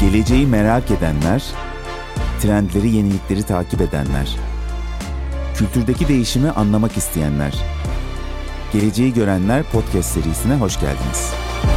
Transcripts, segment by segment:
Geleceği merak edenler, trendleri, yenilikleri takip edenler, kültürdeki değişimi anlamak isteyenler. Geleceği Görenler podcast serisine hoş geldiniz.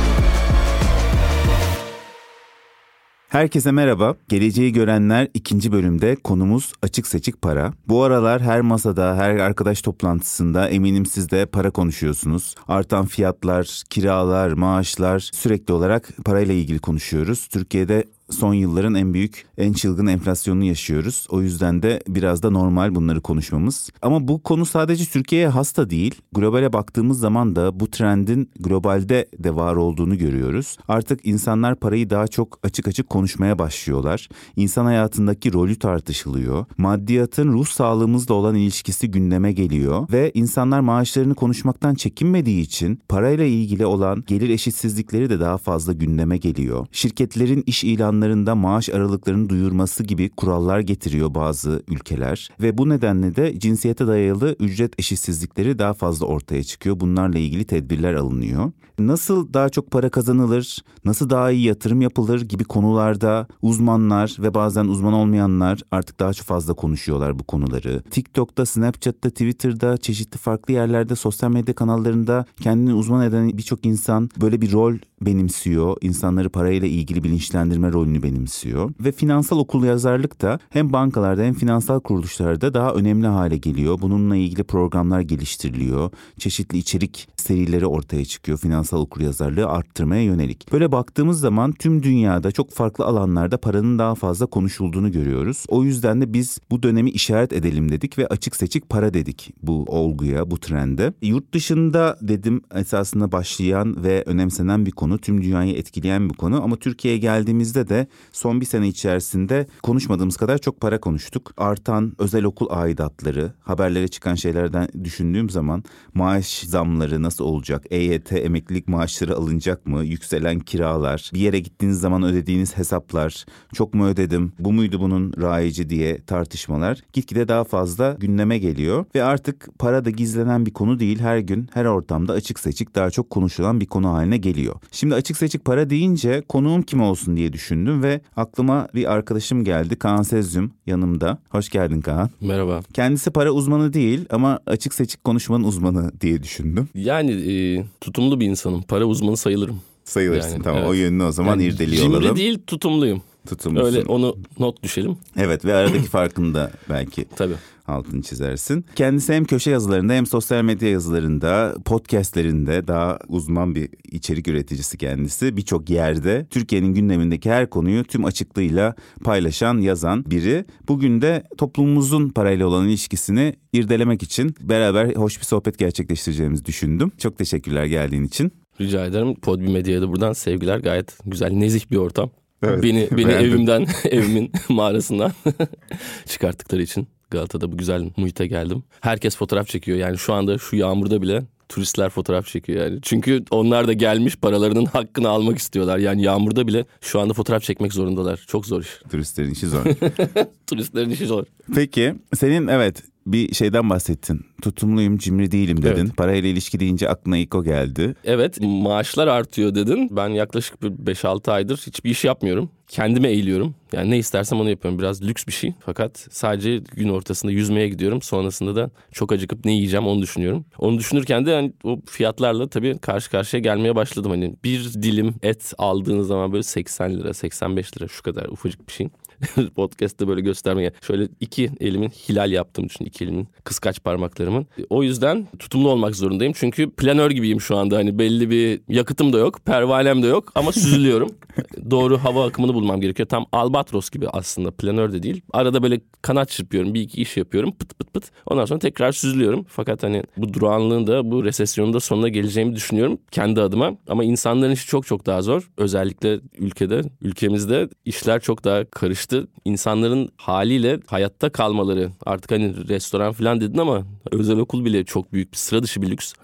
Herkese merhaba. Geleceği Görenler 2. bölümde konumuz açık seçik para. Bu aralar her masada, her arkadaş toplantısında eminim siz de para konuşuyorsunuz. Artan fiyatlar, kiralar, maaşlar, sürekli olarak parayla ilgili konuşuyoruz. Türkiye'de son yılların en büyük, en çılgın enflasyonunu yaşıyoruz. O yüzden de biraz da normal bunları konuşmamız. Ama bu konu sadece Türkiye'ye has da değil. Globale baktığımız zaman da bu trendin globalde de var olduğunu görüyoruz. Artık insanlar parayı daha çok açık açık konuşmaya başlıyorlar. İnsan hayatındaki rolü tartışılıyor. Maddiyatın ruh sağlığımızla olan ilişkisi gündeme geliyor. Ve insanlar maaşlarını konuşmaktan çekinmediği için parayla ilgili olan gelir eşitsizlikleri de daha fazla gündeme geliyor. Şirketlerin iş ilanlarında maaş aralıklarını duyurması gibi kurallar getiriyor bazı ülkeler ve bu nedenle de cinsiyete dayalı ücret eşitsizlikleri daha fazla ortaya çıkıyor. Bunlarla ilgili tedbirler alınıyor. Nasıl daha çok para kazanılır, nasıl daha iyi yatırım yapılır gibi konularda uzmanlar ve bazen uzman olmayanlar artık daha çok fazla konuşuyorlar bu konuları. TikTok'ta, Snapchat'ta, Twitter'da, çeşitli farklı yerlerde, sosyal medya kanallarında kendini uzman eden birçok insan böyle bir rol benimsiyor. İnsanları parayla ilgili bilinçlendirme rolünü benimsiyor. Ve finansal okuryazarlık da hem bankalarda hem finansal kuruluşlarda daha önemli hale geliyor. Bununla ilgili programlar geliştiriliyor. Çeşitli içerik serileri ortaya çıkıyor finansal okuryazarlığı arttırmaya yönelik. Böyle baktığımız zaman tüm dünyada çok farklı alanlarda paranın daha fazla konuşulduğunu görüyoruz. O yüzden de biz bu dönemi işaret edelim dedik ve açık seçik para dedik bu olguya, bu trende. Yurt dışında dedim esasında başlayan ve önemsenen bir konu, tüm dünyayı etkileyen bir konu ama Türkiye'ye geldiğimizde de son bir sene içerisinde konuşmadığımız kadar çok para konuştuk. Artan özel okul aidatları, haberlere çıkan şeylerden düşündüğüm zaman maaş zamları nasıl olacak? EYT, emeklilik maaşları alınacak mı? Yükselen kiralar, bir yere gittiğiniz zaman ödediğiniz hesaplar, çok mu ödedim, bu muydu bunun raici diye tartışmalar gitgide daha fazla gündeme geliyor. Ve artık para da gizlenen bir konu değil, her gün her ortamda açık seçik daha çok konuşulan bir konu haline geliyor. Şimdi açık seçik para deyince konuğum kim olsun diye düşündüm ve aklıma bir arkadaşım geldi. Kaan Sezyum yanımda. Hoş geldin Kaan. Merhaba. Kendisi para uzmanı değil ama açık seçik konuşmanın uzmanı diye düşündüm. Yani tutumlu bir insanım. Para uzmanı sayılırım. Sayılırsın yani, tamam, evet. O yönünü o zaman yani irdeliyor olalım. Cimri değil, tutumluyum. Tutumlusun. Öyle onu not düşelim. Evet ve aradaki farkını da belki Tabii. altını çizersin. Kendisi hem köşe yazılarında hem sosyal medya yazılarında, podcastlerinde daha uzman bir içerik üreticisi kendisi. Birçok yerde Türkiye'nin gündemindeki her konuyu tüm açıklığıyla paylaşan, yazan biri. Bugün de toplumumuzun parayla olan ilişkisini irdelemek için beraber hoş bir sohbet gerçekleştireceğimizi düşündüm. Çok teşekkürler geldiğin için. Rica ederim. Podbi Medya'ya da buradan sevgiler. Gayet güzel, nezih bir ortam. Evet, Beni evimden, evimin mağarasından çıkarttıkları için Galata'da bu güzel muhite geldim. Herkes fotoğraf çekiyor. Yani şu anda şu yağmurda bile turistler fotoğraf çekiyor yani. Çünkü onlar da gelmiş, paralarının hakkını almak istiyorlar. Yani yağmurda bile şu anda fotoğraf çekmek zorundalar. Çok zor iş. Turistlerin işi zor. Turistlerin işi zor. Peki senin bir şeyden bahsettin. Tutumluyum, cimri değilim dedin. Evet. Parayla ilişki deyince aklına ilk o geldi. Evet, maaşlar artıyor dedin. Ben yaklaşık bir 5-6 aydır hiçbir iş yapmıyorum. Kendime eğiliyorum. Yani ne istersem onu yapıyorum. Biraz lüks bir şey. Fakat sadece gün ortasında yüzmeye gidiyorum. Sonrasında da çok acıkıp ne yiyeceğim onu düşünüyorum. Onu düşünürken de hani o fiyatlarla tabii karşı karşıya gelmeye başladım. Hani bir dilim et aldığınız zaman böyle 80 lira, 85 lira şu kadar ufacık bir şey. Podcast'ta böyle göstermeye. Şöyle 2 elimin hilal yaptım düşün. 2 elimin kıskaç parmaklarımın. O yüzden tutumlu olmak zorundayım. Çünkü planör gibiyim şu anda. Hani belli bir yakıtım da yok. Pervanem de yok. Ama süzülüyorum. Doğru hava akımını bulmam gerekiyor. Tam albatros gibi aslında. Planör de değil. Arada böyle kanat çırpıyorum. Bir iki iş yapıyorum. Pıt pıt pıt. Ondan sonra tekrar süzülüyorum. Fakat hani bu durağanlığın da bu resesyonun da sonuna geleceğimi düşünüyorum. Kendi adıma. Ama insanların işi çok çok daha zor. Özellikle ülkemizde işler çok daha karıştı. İnsanların haliyle hayatta kalmaları, artık hani restoran falan dedin ama özel okul bile çok büyük bir sıra dışı bir lüks. Hani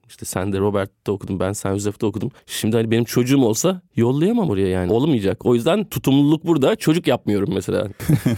İşte sen de Robert'te okudun, ben San Jose'de okudum. Şimdi hani benim çocuğum olsa yollayamam oraya yani. Olmayacak. O yüzden tutumluluk burada. Çocuk yapmıyorum mesela.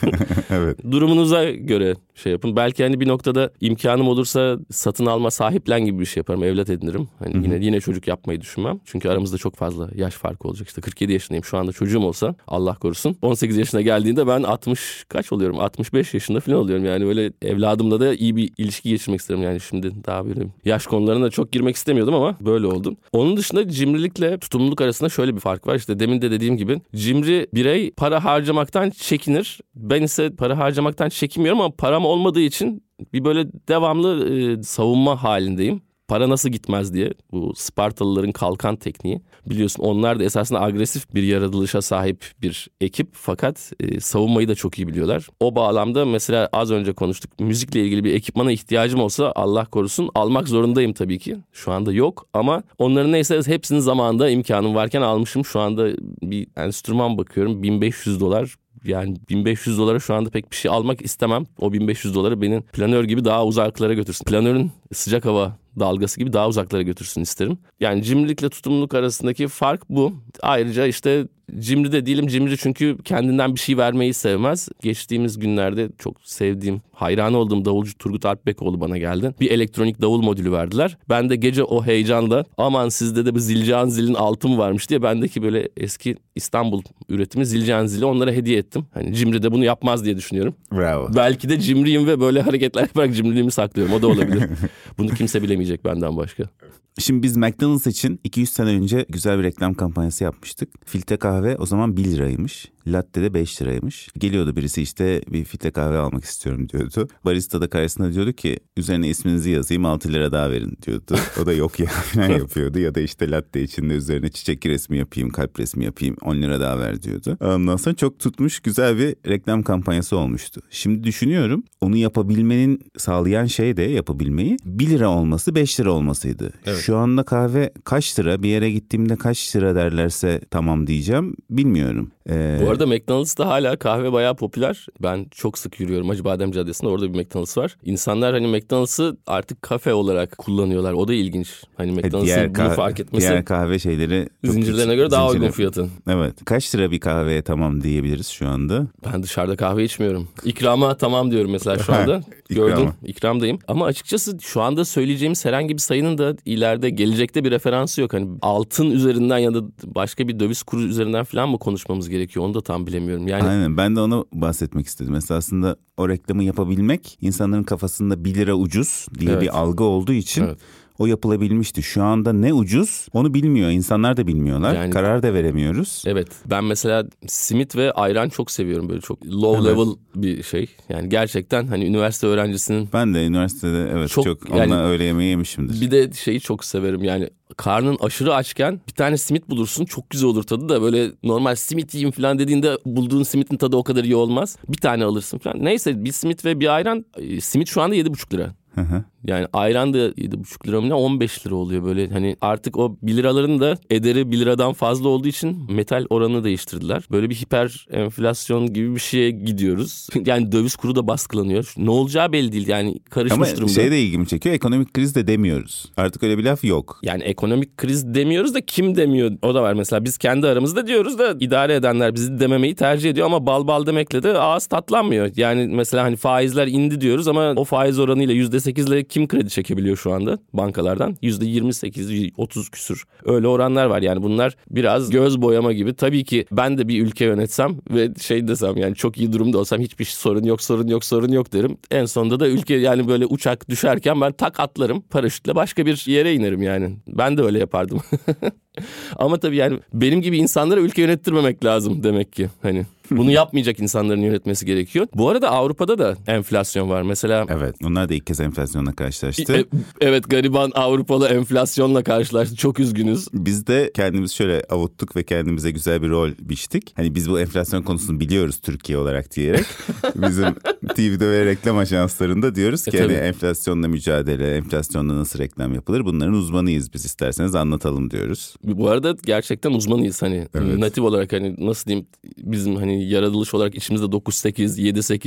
Evet. Durumunuza göre şey yapın. Belki hani bir noktada imkanım olursa satın alma, sahiplen gibi bir şey yaparım. Evlat edinirim. Hani yine çocuk yapmayı düşünmem. Çünkü aramızda çok fazla yaş farkı olacak. İşte 47 yaşındayım. Şu anda çocuğum olsa Allah korusun. 18 yaşına geldiğinde ben 60 kaç oluyorum? 65 yaşında falan oluyorum. Yani böyle evladımla da iyi bir ilişki geçirmek isterim. Yani şimdi daha böyle yaş konularına çok girmek istemiyordum ama böyle oldu. Onun dışında cimrilikle tutumluluk arasında şöyle bir fark var. İşte demin de dediğim gibi cimri birey para harcamaktan çekinir. Ben ise para harcamaktan çekinmiyorum ama param olmadığı için bir böyle devamlı savunma halindeyim. Para nasıl gitmez diye, bu Spartalıların kalkan tekniği. Biliyorsun onlar da esasında agresif bir yaratılışa sahip bir ekip fakat savunmayı da çok iyi biliyorlar. O bağlamda mesela az önce konuştuk, müzikle ilgili bir ekipmana ihtiyacım olsa Allah korusun almak zorundayım tabii ki. Şu anda yok ama onların neyse hepsinin zamanında imkanım varken almışım. Şu anda bir enstrüman bakıyorum, $1500. Yani $1500 şu anda pek bir şey almak istemem. O $1500 beni planör gibi daha uzaklara götürsün. Planörün sıcak hava dalgası gibi daha uzaklara götürsün isterim. Yani cimrilikle tutumluluk arasındaki fark bu. Ayrıca işte cimri de değilim. Cimri çünkü kendinden bir şey vermeyi sevmez. Geçtiğimiz günlerde çok sevdiğim, hayran olduğum davulcu Turgut Alpbekoğlu bana geldi. Bir elektronik davul modülü verdiler. Ben de gece o heyecanla aman sizde de bir Zilcan Zil'in altı mı varmış diye bendeki böyle eski İstanbul üretimi Zilcan Zil'i onlara hediye ettim. Hani cimri de bunu yapmaz diye düşünüyorum. Bravo. Belki de cimriyim ve böyle hareketler yaparak cimriliğimi saklıyorum. O da olabilir. Bunu kimse bilemeyecek benden başka. Şimdi biz McDonald's için 200 sene önce güzel bir reklam kampanyası yapmıştık. Filtre kahve o zaman 1 liraymış. Latte de 5 liraymış. Geliyordu birisi işte bir filtre kahve almak istiyorum diyordu. Barista da karşısına diyordu ki üzerine isminizi yazayım 6 lira daha verin diyordu. O da yok ya falan yapıyordu. Ya da işte latte içinde üzerine çiçek resmi yapayım, kalp resmi yapayım 10 lira daha ver diyordu. Ondan sonra çok tutmuş güzel bir reklam kampanyası olmuştu. Şimdi düşünüyorum onu yapabilmenin sağlayan şey de yapabilmeyi 1 lira olması 5 lira olmasıydı. Evet. Şu anda kahve kaç lira, bir yere gittiğimde kaç lira derlerse tamam diyeceğim bilmiyorum. Bu arada McDonald's'ta hala kahve bayağı popüler. Ben çok sık yürüyorum Acıbadem Caddesi'nde, orada bir McDonald's var. İnsanlar hani McDonald's'ı artık kafe olarak kullanıyorlar. O da ilginç. Hani McDonald'sın bunu fark etmesi. Diğer kahve şeyleri zincirlerine göre daha uygun fiyatı. Evet. Kaç lira bir kahveye tamam diyebiliriz şu anda? Ben dışarıda kahve içmiyorum. İkrama tamam diyorum mesela şu anda. Gördüm. İkramdayım. Ama açıkçası şu anda söyleyeceğimiz herhangi bir sayının da ileride gelecekte bir referansı yok. Hani altın üzerinden ya da başka bir döviz kuru üzerinden falan mı konuşmamız gerekiyor? Onu da tam bilemiyorum. Yani aynen, ben de onu bahsetmek istedim. Mesela aslında o reklamı yapabilmek insanların kafasında 1 lira ucuz diye bir algı olduğu için o yapılabilmişti. Şu anda ne ucuz onu bilmiyor. İnsanlar da bilmiyorlar. Yani, karar da veremiyoruz. Evet. Ben mesela simit ve ayran çok seviyorum. Böyle çok low level bir şey. Yani gerçekten hani üniversite öğrencisinin... Ben de üniversitede çok yani, onunla öğle yemeği yemişimdir. Bir de şeyi çok severim yani. Karnın aşırı açken bir tane simit bulursun. Çok güzel olur tadı da, böyle normal simit yiyeyim falan dediğinde bulduğun simitin tadı o kadar iyi olmaz. Bir tane alırsın falan. Neyse bir simit ve bir ayran. Simit şu anda 7,5 lira. Yani ayran da 7,5 lira mı ne 15 lira oluyor böyle. Hani artık o 1 liraların da ederi 1 liradan fazla olduğu için metal oranını değiştirdiler. Böyle bir hiper enflasyon gibi bir şeye gidiyoruz. Yani döviz kuru da baskılanıyor. Ne olacağı belli değil yani, karışmış durumda. Ama şey de ilgimi çekiyor, ekonomik kriz de demiyoruz. Artık öyle bir laf yok. Yani ekonomik kriz demiyoruz da kim demiyor o da var. Mesela biz kendi aramızda diyoruz da idare edenler bizi dememeyi tercih ediyor ama bal demekle de ağız tatlanmıyor. Yani mesela hani faizler indi diyoruz ama o faiz oranıyla %8'le kim kredi çekebiliyor şu anda bankalardan? %28, 30 küsür. Öyle oranlar var. Yani bunlar biraz göz boyama gibi. Tabii ki ben de bir ülke yönetsem ve şey desem yani çok iyi durumda olsam hiçbir sorun yok derim. En sonunda da ülke yani böyle uçak düşerken ben tak atlarım. Paraşütle başka bir yere inerim yani. Ben de öyle yapardım. Ama tabii yani benim gibi insanlara ülke yönettirmemek lazım demek ki. Hani bunu yapmayacak insanların yönetmesi gerekiyor. Bu arada Avrupa'da da enflasyon var. Mesela evet, onlar da ilk kez enflasyonla karşılaştı. Evet, gariban Avrupalı enflasyonla karşılaştı. Çok üzgünüz. Biz de kendimiz şöyle avuttuk ve kendimize güzel bir rol biçtik. Hani biz bu enflasyon konusunu biliyoruz Türkiye olarak diyerek. Bizim TV'de ve reklam ajanslarında diyoruz ki hani enflasyonla mücadele, enflasyonla nasıl reklam yapılır, bunların uzmanıyız biz, isterseniz anlatalım diyoruz. Bu arada gerçekten uzmanıyız hani natif olarak, hani nasıl diyeyim, bizim hani yaratılış olarak içimizde 9-8, 7-8,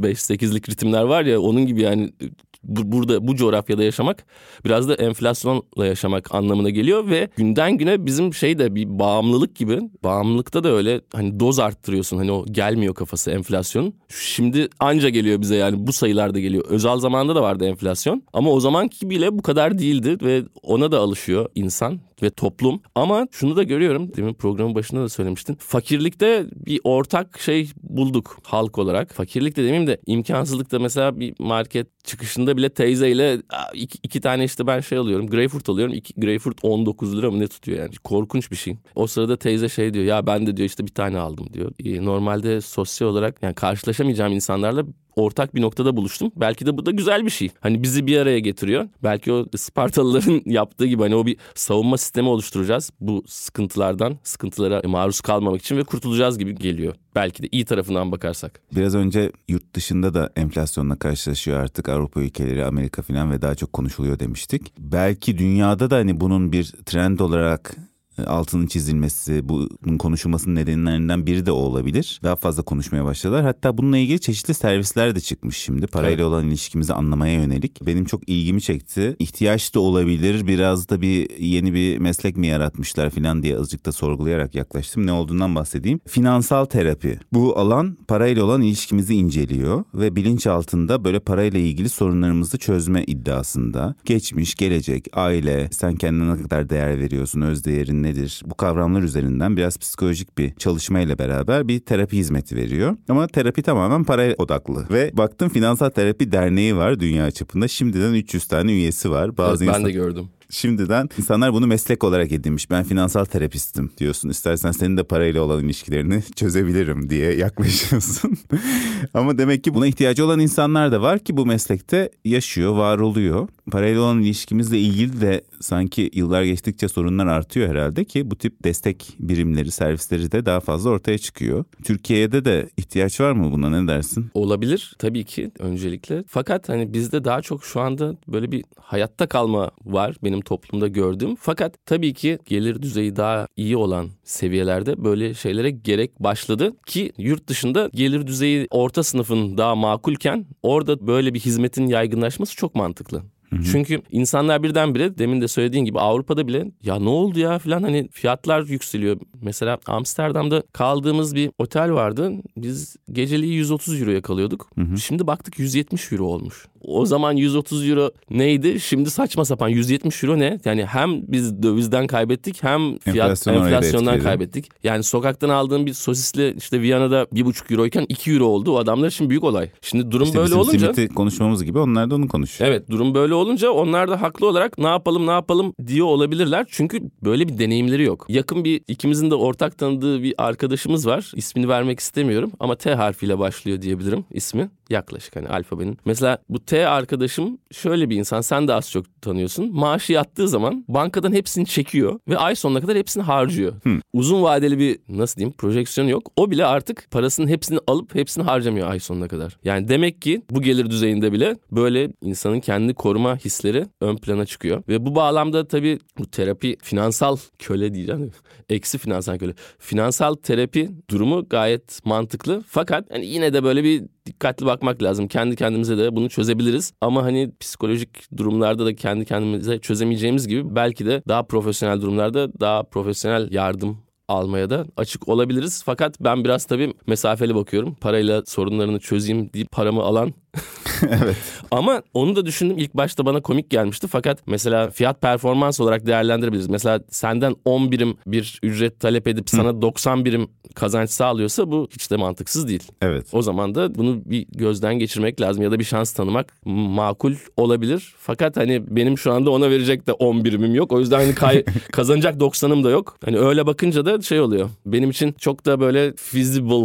5-8'lik ritimler var ya, onun gibi yani. Burada bu coğrafyada yaşamak biraz da enflasyonla yaşamak anlamına geliyor ve günden güne bizim şey de bir bağımlılık gibi. Bağımlılıkta da öyle, hani doz arttırıyorsun, hani o gelmiyor kafası enflasyon. Şimdi anca geliyor bize, yani bu sayılarda geliyor. Özal zamanda da vardı enflasyon ama o zamanki bile bu kadar değildi ve ona da alışıyor insan ve toplum. Ama şunu da görüyorum, demin programın başında da söylemiştin. Fakirlikte bir ortak şey bulduk halk olarak. Fakirlikte demeyeyim de imkansızlıkta, mesela bir market çıkışında bile teyzeyle iki tane işte ben şey alıyorum, greyfurt alıyorum. 2 greyfurt 19 lira mı ne tutuyor yani, korkunç bir şey. O sırada teyze şey diyor, ya ben de diyor işte bir tane aldım diyor. Normalde sosyal olarak yani karşılaşamayacağım insanlarla ortak bir noktada buluştum. Belki de bu da güzel bir şey. Hani bizi bir araya getiriyor. Belki o Spartalıların yaptığı gibi hani o bir savunma sistemi oluşturacağız. Bu sıkıntılara maruz kalmamak için ve kurtulacağız gibi geliyor. Belki de iyi tarafından bakarsak. Biraz önce yurt dışında da enflasyonla karşılaşıyor artık Avrupa ülkeleri, Amerika falan ve daha çok konuşuluyor demiştik. Belki dünyada da hani bunun bir trend olarak altının çizilmesi, bunun konuşulmasının nedenlerinden biri de o olabilir. Daha fazla konuşmaya başladılar. Hatta bununla ilgili çeşitli servisler de çıkmış şimdi. Parayla olan ilişkimizi anlamaya yönelik. Benim çok ilgimi çekti. İhtiyaç da olabilir. Biraz da yeni bir meslek mi yaratmışlar falan diye azıcık da sorgulayarak yaklaştım. Ne olduğundan bahsedeyim. Finansal terapi. Bu alan parayla olan ilişkimizi inceliyor ve bilinç altında böyle parayla ilgili sorunlarımızı çözme iddiasında. Geçmiş, gelecek, aile, sen kendine ne kadar değer veriyorsun, özdeğerin nedir? Bu kavramlar üzerinden biraz psikolojik bir çalışmayla beraber bir terapi hizmeti veriyor. Ama terapi tamamen paraya odaklı. Ve baktım Finansal Terapi Derneği var dünya çapında. Şimdiden 300 tane üyesi var. Evet, ben de gördüm. Şimdiden insanlar bunu meslek olarak edinmiş. Ben finansal terapistim diyorsun. İstersen senin de parayla olan ilişkilerini çözebilirim diye yaklaşıyorsun. Ama demek ki buna ihtiyacı olan insanlar da var ki bu meslekte yaşıyor, var oluyor. Parayla olan ilişkimizle ilgili de sanki yıllar geçtikçe sorunlar artıyor herhalde ki bu tip destek birimleri, servisleri de daha fazla ortaya çıkıyor. Türkiye'de de ihtiyaç var mı buna, ne dersin? Olabilir tabii ki öncelikle. Fakat hani bizde daha çok şu anda böyle bir hayatta kalma var benim toplumda gördüğüm. Fakat tabii ki gelir düzeyi daha iyi olan seviyelerde böyle şeylere gerek başladı ki yurt dışında gelir düzeyi orta sınıfın daha makulken orada böyle bir hizmetin yaygınlaşması çok mantıklı. Çünkü insanlar birdenbire, demin de söylediğin gibi Avrupa'da bile ya ne oldu ya falan, hani fiyatlar yükseliyor. Mesela Amsterdam'da kaldığımız bir otel vardı. Biz geceliği 130 euroya kalıyorduk. Şimdi baktık 170 euro olmuş. O zaman 130 euro neydi? Şimdi saçma sapan 170 euro ne? Yani hem biz dövizden kaybettik hem enflasyondan kaybettik. Yani sokaktan aldığım bir sosisli işte Viyana'da 1,5 euroyken 2 euro oldu. O adamlar için büyük olay. Şimdi durum işte böyle olunca... İşte bizim simiti konuşmamız gibi onlar da onu konuşuyor. Evet, durum böyle olunca onlar da haklı olarak ne yapalım diyor olabilirler. Çünkü böyle bir deneyimleri yok. Yakın bir, ikimizin de ortak tanıdığı bir arkadaşımız var. İsmini vermek istemiyorum ama T harfiyle başlıyor diyebilirim ismi. Yaklaşık hani alfabenin. Mesela bu T arkadaşım şöyle bir insan, sen de az çok tanıyorsun. Maaşı yattığı zaman bankadan hepsini çekiyor ve ay sonuna kadar hepsini harcıyor. Uzun vadeli bir, nasıl diyeyim, projeksiyon yok. O bile artık parasının hepsini alıp hepsini harcamıyor ay sonuna kadar. Yani demek ki bu gelir düzeyinde bile böyle insanın kendini koruma hisleri ön plana çıkıyor. Ve bu bağlamda tabii bu terapi, finansal köle diyeceğim. Eksi finansal köle. Finansal terapi durumu gayet mantıklı. Fakat hani yine de böyle bir dikkatli bakmak lazım. Kendi kendimize de bunu çözebiliriz. Ama hani psikolojik durumlarda da kendi kendimize çözemeyeceğimiz gibi belki de daha profesyonel durumlarda daha profesyonel yardım almaya da açık olabiliriz. Fakat ben biraz tabii mesafeli bakıyorum. Parayla sorunlarını çözeyim deyip paramı alan... Evet. Ama onu da düşündüm. İlk başta bana komik gelmişti. Fakat mesela fiyat performans olarak değerlendirebiliriz. Mesela senden 10 birim bir ücret talep edip sana 90 birim kazanç sağlıyorsa bu hiç de mantıksız değil. Evet. O zaman da bunu bir gözden geçirmek lazım ya da bir şans tanımak makul olabilir. Fakat hani benim şu anda ona verecek de 10 birimim yok. O yüzden hani kazanacak 90'ım da yok. Hani öyle bakınca da şey oluyor. Benim için çok da böyle feasible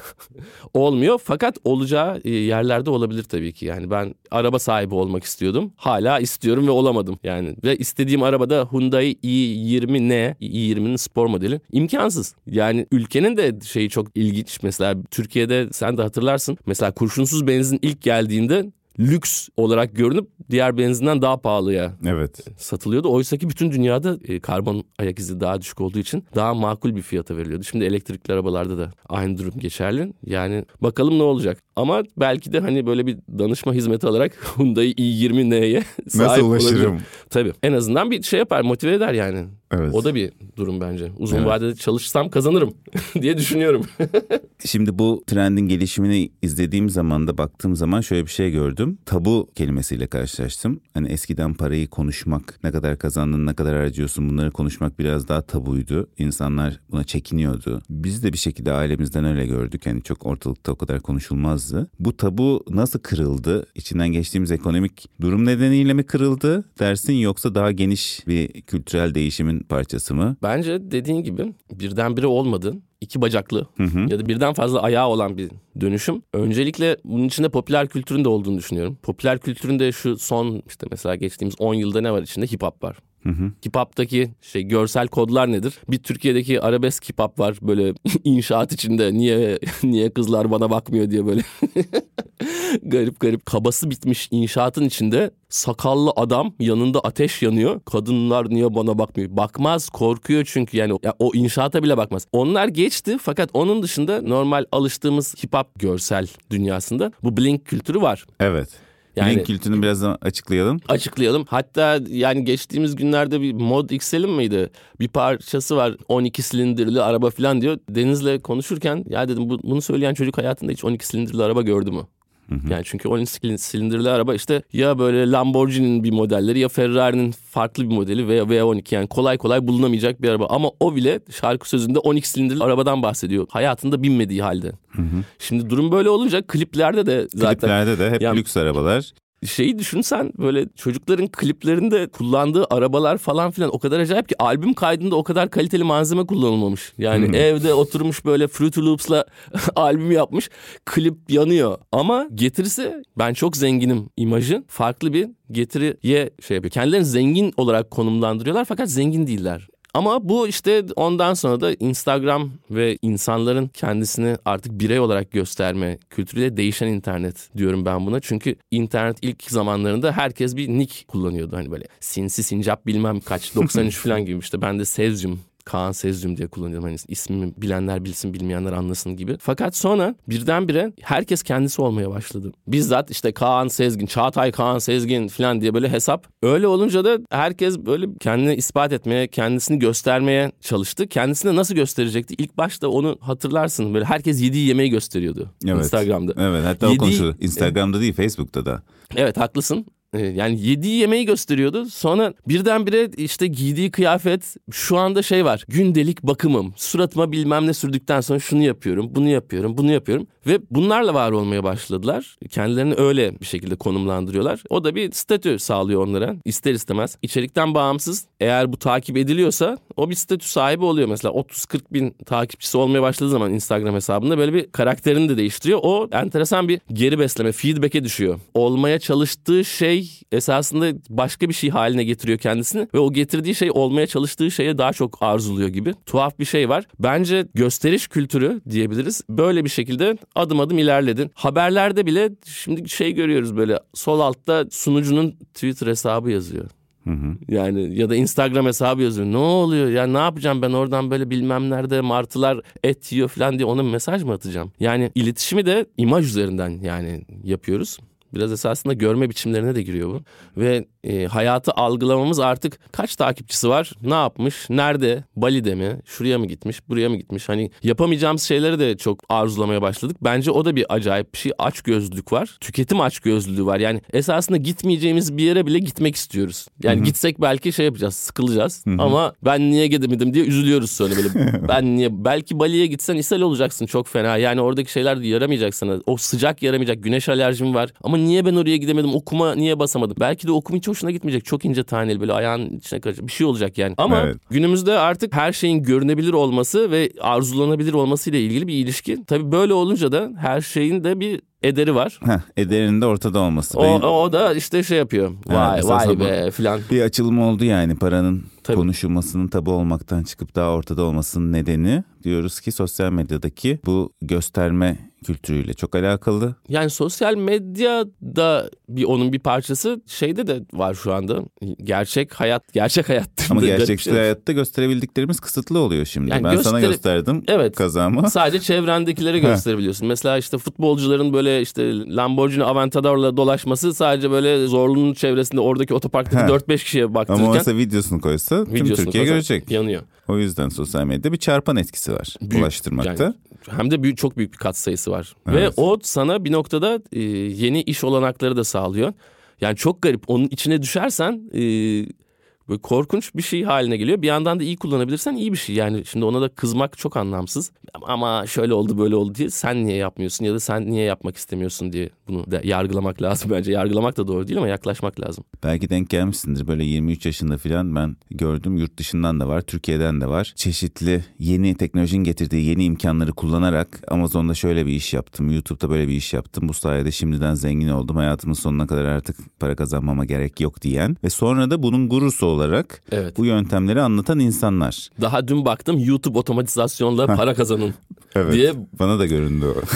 olmuyor. Fakat olacağı yerlerde olabilir tabii ki. Yani ben araba sahibi olmak istiyordum. Hala istiyorum ve olamadım. Yani ve istediğim arabada Hyundai i20N, i20'nin spor modeli. İmkansız. Yani ülkenin de şeyi çok ilginç. Mesela Türkiye'de sen de hatırlarsın. Mesela kurşunsuz benzin ilk geldiğinde lüks olarak görünüp diğer benzinden daha pahalıya Evet. satılıyordu. Oysa ki bütün dünyada karbon ayak izi daha düşük olduğu için daha makul bir fiyata veriliyordu. Şimdi elektrikli arabalarda da aynı durum geçerli. Yani bakalım ne olacak. Ama belki de hani böyle bir danışma hizmeti alarak Hyundai i20N'ye sahip Nasıl ulaşırım? olabilirim. Tabii. En azından bir şey yapar, motive eder yani. Evet. O da bir durum bence. Uzun Evet. vadede çalışsam kazanırım diye düşünüyorum. Şimdi bu trendin gelişimini izlediğim zaman da baktığım zaman şöyle bir şey gördüm. Tabu kelimesiyle karşılaştım. Hani eskiden parayı konuşmak, ne kadar kazandın, ne kadar harcıyorsun, bunları konuşmak biraz daha tabuydu. İnsanlar buna çekiniyordu. Biz de bir şekilde ailemizden öyle gördük. Yani çok ortalıkta o kadar konuşulmazdı. Bu tabu nasıl kırıldı? İçinden geçtiğimiz ekonomik durum nedeniyle mi kırıldı dersin, yoksa daha geniş bir kültürel değişimin parçası mı? Bence dediğin gibi birdenbire olmadı. İki bacaklı ya da birden fazla ayağı olan bir dönüşüm. Öncelikle bunun içinde popüler kültürün de olduğunu düşünüyorum. Popüler kültürün de şu son işte mesela geçtiğimiz 10 yılda ne var içinde? Hip hop var. Hip hop'taki görsel kodlar nedir? Bir Türkiye'deki arabesk hip hop var böyle inşaat içinde niye kızlar bana bakmıyor diye böyle garip garip kabası bitmiş inşaatın içinde sakallı adam yanında ateş yanıyor. Kadınlar niye bana bakmıyor? Bakmaz, korkuyor çünkü yani o inşaata bile bakmaz. Onlar geçti fakat onun dışında normal alıştığımız hip hop görsel dünyasında bu Blink kültürü var. Evet. Yani, Blink kültürünü biraz da açıklayalım. Açıklayalım. Hatta yani geçtiğimiz günlerde bir Mod XL'in miydi? Bir parçası var 12 silindirli araba falan diyor. Deniz'le konuşurken ya dedim bunu söyleyen çocuk hayatında hiç 12 silindirli araba gördü mü? Yani çünkü 12 silindirli araba işte ya böyle Lamborghini'nin bir modelleri ya Ferrari'nin farklı bir modeli veya V12 yani kolay kolay bulunamayacak bir araba. Ama o bile şarkı sözünde 12 silindirli arabadan bahsediyor. Hayatında binmediği halde. Şimdi durum böyle olunca kliplerde de zaten. Kliplerde de hep lüks arabalar. Şeyi düşünsen böyle çocukların kliplerinde kullandığı arabalar falan filan o kadar acayip ki albüm kaydında o kadar kaliteli malzeme kullanılmamış. Yani evde oturmuş böyle Fruity Loops'la albüm yapmış, klip yanıyor. Ama getirisi ben çok zenginim imajı farklı bir getiriye şey yapıyor. Kendilerini zengin olarak konumlandırıyorlar fakat zengin değiller. Ama bu işte ondan sonra da Instagram ve insanların kendisini artık birey olarak gösterme kültürüyle değişen internet diyorum ben buna. Çünkü internet ilk zamanlarında herkes bir nick kullanıyordu. Hani böyle sinsi sincap bilmem kaç 93 falan gibi işte ben de Sezyum. Kaan Sezyum diye kullanıyorum. Hani ismimi bilenler bilsin bilmeyenler anlasın gibi. Fakat sonra birdenbire herkes kendisi olmaya başladı. Bizzat işte Kaan Sezgin, Çağatay Kaan Sezgin falan diye böyle hesap. Öyle olunca da herkes böyle kendini ispat etmeye, kendisini göstermeye çalıştı. Kendisini nasıl gösterecekti? İlk başta onu hatırlarsın. Böyle herkes yediği yemeği gösteriyordu Instagram'da. Evet, hatta o konuşuldu. Instagram'da değil, Facebook'ta da. Evet, haklısın. Yani yediği yemeği gösteriyordu. Sonra birdenbire işte giydiği kıyafet şu anda şey var. Gündelik bakımım. Suratıma bilmem ne sürdükten sonra şunu yapıyorum, bunu yapıyorum, bunu yapıyorum. Ve bunlarla var olmaya başladılar. Kendilerini öyle bir şekilde konumlandırıyorlar. O da bir statü sağlıyor onlara. İster istemez. İçerikten bağımsız. Eğer bu takip ediliyorsa o bir statü sahibi oluyor. Mesela 30-40 bin takipçisi olmaya başladığı zaman Instagram hesabında böyle bir karakterini de değiştiriyor. O enteresan bir geri besleme, feedback'e düşüyor. Olmaya çalıştığı şey esasında başka bir şey haline getiriyor kendisini ve o getirdiği şey olmaya çalıştığı şeye daha çok arzuluyor gibi. Tuhaf bir şey var. Bence gösteriş kültürü diyebiliriz. Böyle bir şekilde adım adım ilerledi. Haberlerde bile şimdi şey görüyoruz böyle sol altta sunucunun Twitter hesabı yazıyor. Yani ya da Instagram hesabı yazıyor. Ne oluyor ya, ne yapacağım ben oradan böyle bilmem nerede martılar et yiyor falan diye ona mesaj mı atacağım? Yani iletişimi de imaj üzerinden yani yapıyoruz. Biraz esasında görme biçimlerine de giriyor bu. Ve hayatı algılamamız artık kaç takipçisi var, ne yapmış, nerede, Bali'de mi, şuraya mı gitmiş, buraya mı gitmiş. Hani yapamayacağımız şeyleri de çok arzulamaya başladık. Bence o da bir acayip bir şey. Açgözlülük var. Tüketim açgözlülüğü var. Yani esasında gitmeyeceğimiz bir yere bile gitmek istiyoruz. Yani gitsek belki şey yapacağız, sıkılacağız. Ama ben niye gidemedim diye üzülüyoruz sonra böyle. Ben niye, belki Bali'ye gitsen ishal olacaksın çok fena. Yani oradaki şeyler yaramayacak sana. O sıcak yaramayacak. Güneş alerjim var. Ama niye ben oraya gidemedim? Okuma niye basamadım? Belki de okum hiç hoşuna gitmeyecek. Çok ince taneli böyle ayağın içine karışacak. Bir şey olacak yani. Ama günümüzde artık her şeyin görünebilir olması ve arzulanabilir olması ile ilgili bir ilişki. Tabii böyle olunca da her şeyin de bir ederi var. Ederinin de ortada olması. O da işte şey yapıyor. Vay be filan. Bir açılım oldu yani paranın konuşulmasının tabu olmaktan çıkıp daha ortada olmasının nedeni diyoruz ki sosyal medyadaki bu gösterme kültürüyle çok alakalı. Yani sosyal medya da onun bir parçası, şeyde de var şu anda. Gerçek hayat Ama garip bir gerçek şey. hayatta gösterebildiklerimiz kısıtlı oluyor şimdi. Yani Ben sana gösterdim evet, kazağımı. sadece çevrendekilere gösterebiliyorsun. Mesela işte futbolcuların böyle işte Lamborghini Aventador'la dolaşması sadece böyle Zorlu'nun çevresinde oradaki otoparktaki 4-5 kişiye baktırırken. Ama mesela videosunu koysa tüm Türkiye görecek. Yanıyor. O yüzden sosyal medyada bir çarpan etkisi var ulaştırmakta. Yani, hem de çok büyük bir katsayısı var. Evet. Ve o sana bir noktada yeni iş olanakları da sağlıyor. Yani çok garip. Onun içine düşersen böyle korkunç bir şey haline geliyor. Bir yandan da iyi kullanabilirsen iyi bir şey. Yani şimdi ona da kızmak çok anlamsız. Ama şöyle oldu böyle oldu diye sen niye yapmıyorsun ya da sen niye yapmak istemiyorsun diye bunu da yargılamak lazım bence. Yargılamak da doğru değil ama yaklaşmak lazım. Belki denk gelmişsindir. Böyle 23 yaşında falan ben gördüm. Yurt dışından da var, Türkiye'den de var. Çeşitli yeni teknolojinin getirdiği yeni imkanları kullanarak Amazon'da şöyle bir iş yaptım. YouTube'da böyle bir iş yaptım. Bu sayede şimdiden zengin oldum. Hayatımın sonuna kadar artık para kazanmama gerek yok diyen ve sonra da bunun gurusu olarak bu yöntemleri anlatan insanlar. Daha dün baktım YouTube otomatizasyonla para kazanın diye. Bana da göründü o.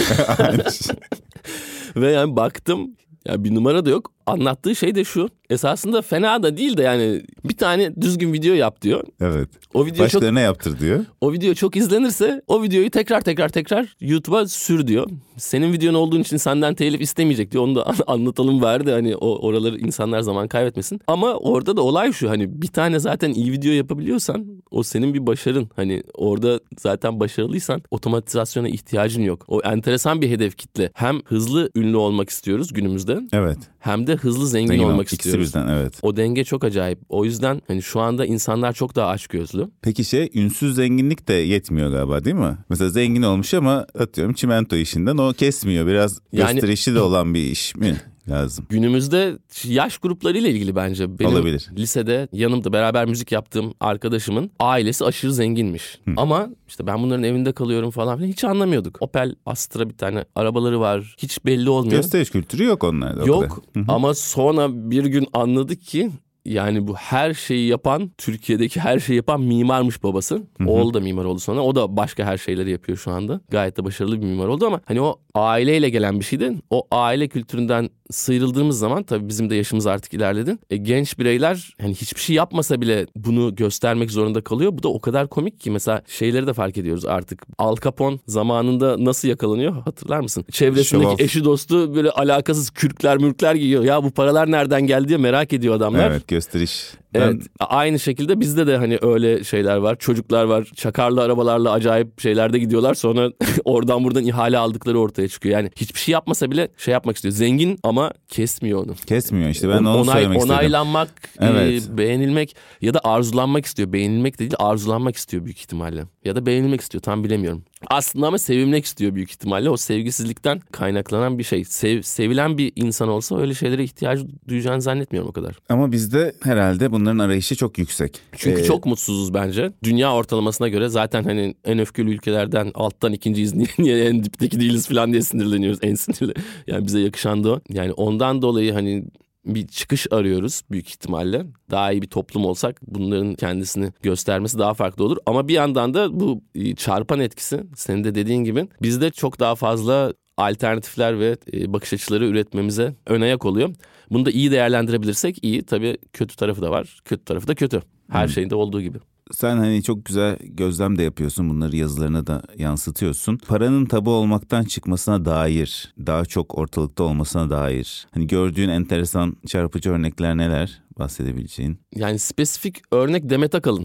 Ve yani baktım ya bir numara da yok. Anlattığı şey de şu. Esasında fena da değil de yani bir tane düzgün video yap diyor. Evet. O video başkalarına yaptır diyor. O video çok izlenirse o videoyu tekrar YouTube'a sür diyor. Senin videon olduğun için senden telif istemeyecek diyor. Onu da anlatalım bari de hani oraları insanlar zaman kaybetmesin. Ama orada da olay şu, hani bir tane zaten iyi video yapabiliyorsan o senin bir başarın. Hani orada zaten başarılıysan otomatizasyona ihtiyacın yok. O enteresan bir hedef kitle. Hem hızlı ünlü olmak istiyoruz günümüzde. Evet. Hem de hızlı zengin olmak istiyoruz. İkisi birden, evet. O denge çok acayip. O yüzden hani şu anda insanlar çok daha açgözlü. Peki ünsüz zenginlik de yetmiyor galiba, değil mi? Mesela zengin olmuş ama atıyorum çimento işinden o kesmiyor. Biraz gösterişli de olan bir iş mi lazım? Günümüzde yaş gruplarıyla ilgili bence. Benim olabilir. Lisede yanımda beraber müzik yaptığım arkadaşımın ailesi aşırı zenginmiş. Ama işte ben bunların evinde kalıyorum falan filan, hiç anlamıyorduk. Opel Astra bir tane arabaları var. Hiç belli olmuyor. Gösteriş kültürü yok onlarda. Yok ama sonra bir gün anladık ki yani bu her şeyi yapan, Türkiye'deki her şeyi yapan mimarmış babası. Oğlu da mimar oldu sonra. O da başka her şeyleri yapıyor şu anda. Gayet de başarılı bir mimar oldu ama hani o aileyle gelen bir şeydi. O aile kültüründen sıyrıldığımız zaman tabii bizim de yaşımız artık ilerledi. Genç bireyler hani hiçbir şey yapmasa bile bunu göstermek zorunda kalıyor. Bu da o kadar komik ki mesela şeyleri de fark ediyoruz artık. Al Capone zamanında nasıl yakalanıyor hatırlar mısın? Çevresindeki eşi dostu böyle alakasız kürkler giyiyor. Ya bu paralar nereden geldi diye merak ediyor adamlar. Evet, gösteriş. Evet, aynı şekilde bizde de hani öyle şeyler var. Çocuklar var. Çakarlı arabalarla acayip şeylerde gidiyorlar. Sonra oradan buradan ihale aldıkları ortaya çıkıyor. Yani hiçbir şey yapmasa bile şey yapmak istiyor. Zengin ama kesmiyor onu. Kesmiyor işte, ben onu söylemek istedim. Onaylanmak, beğenilmek ya da arzulanmak istiyor. Beğenilmek de değil, arzulanmak istiyor büyük ihtimalle. Ya da beğenilmek istiyor, tam bilemiyorum. Aslında ama sevilmek istiyor büyük ihtimalle. O sevgisizlikten kaynaklanan bir şey. Sevilen bir insan olsa öyle şeylere ihtiyacı duyacağını zannetmiyorum o kadar. Ama bizde herhalde bunların arayışı çok yüksek. Çünkü çok mutsuzuz bence. Dünya ortalamasına göre zaten hani en öfkeli ülkelerden alttan ikinciyiz. Niye en dipteki değiliz falan diye sinirleniyoruz. En sinirli. Yani bize yakışan da o. Yani ondan dolayı hani bir çıkış arıyoruz büyük ihtimalle. Daha iyi bir toplum olsak bunların kendisini göstermesi daha farklı olur. Ama bir yandan da bu çarpan etkisi, senin de dediğin gibi, bizde çok daha fazla alternatifler ve bakış açıları üretmemize ön ayak oluyor. Bunu da iyi değerlendirebilirsek iyi. Tabii kötü tarafı da var. Kötü tarafı da kötü. Her şeyde olduğu gibi. Sen hani çok güzel gözlem de yapıyorsun. Bunları yazılarına da yansıtıyorsun. Paranın tabu olmaktan çıkmasına dair, daha çok ortalıkta olmasına dair hani gördüğün enteresan, çarpıcı örnekler neler bahsedebileceğin? Yani spesifik örnek Demet Akalın.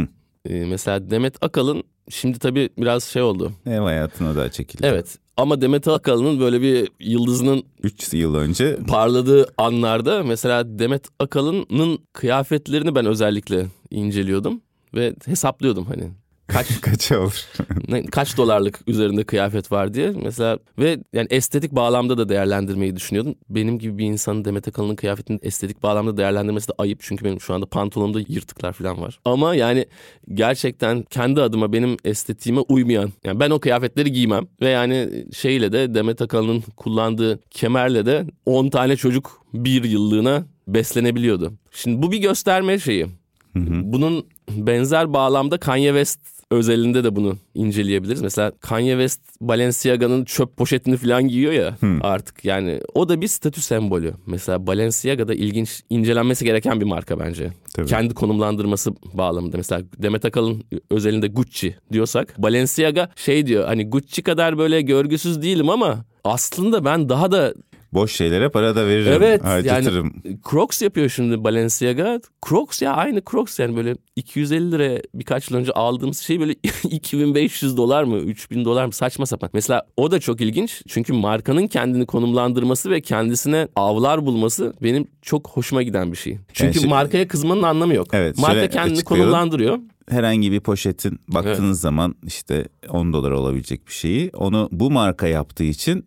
Mesela Demet Akalın şimdi tabii biraz şey oldu. Ev hayatına da çekildi. Evet. Ama Demet Akalın'ın böyle bir yıldızının 3 yıl önce parladığı anlarda mesela Demet Akalın'ın kıyafetlerini ben özellikle inceliyordum ve hesaplıyordum hani kaça olur? Kaç dolarlık üzerinde kıyafet var diye mesela, ve yani estetik bağlamda da değerlendirmeyi düşünüyordum. Benim gibi bir insanın Demet Akalın'ın kıyafetini estetik bağlamda değerlendirmesi de ayıp, çünkü benim şu anda pantolonumda yırtıklar falan var. Ama yani gerçekten kendi adıma benim estetiğime uymayan, yani ben o kıyafetleri giymem ve yani şeyle de Demet Akalın'ın kullandığı kemerle de 10 tane çocuk bir yıllığına beslenebiliyordu. Şimdi bu bir gösterme şeyi. Bunun benzer bağlamda Kanye West özelinde de bunu inceleyebiliriz. Mesela Kanye West Balenciaga'nın çöp poşetini falan giyiyor ya artık. Yani o da bir statü sembolü. Mesela Balenciaga da ilginç, incelenmesi gereken bir marka bence. Tabii. Kendi konumlandırması bağlamında. Mesela Demet Akalın özelinde Gucci diyorsak, Balenciaga şey diyor, hani Gucci kadar böyle görgüsüz değilim ama aslında ben daha da Boş şeylere para da veririm, evet, harcatırım. yani Crocs yapıyor şimdi Balenciaga. Crocs ya, aynı Crocs yani, böyle 250 liraya birkaç yıl önce aldığımız şey böyle $2.500 mı $3.000 mı, saçma sapan. Mesela o da çok ilginç çünkü markanın kendini konumlandırması ve kendisine avlar bulması benim çok hoşuma giden bir şey. Çünkü Yani markaya kızmanın anlamı yok. Evet, Marka şöyle kendini açıklayalım. konumlandırıyor. Herhangi bir poşetin baktığınız zaman işte $10 olabilecek bir şeyi, onu bu marka yaptığı için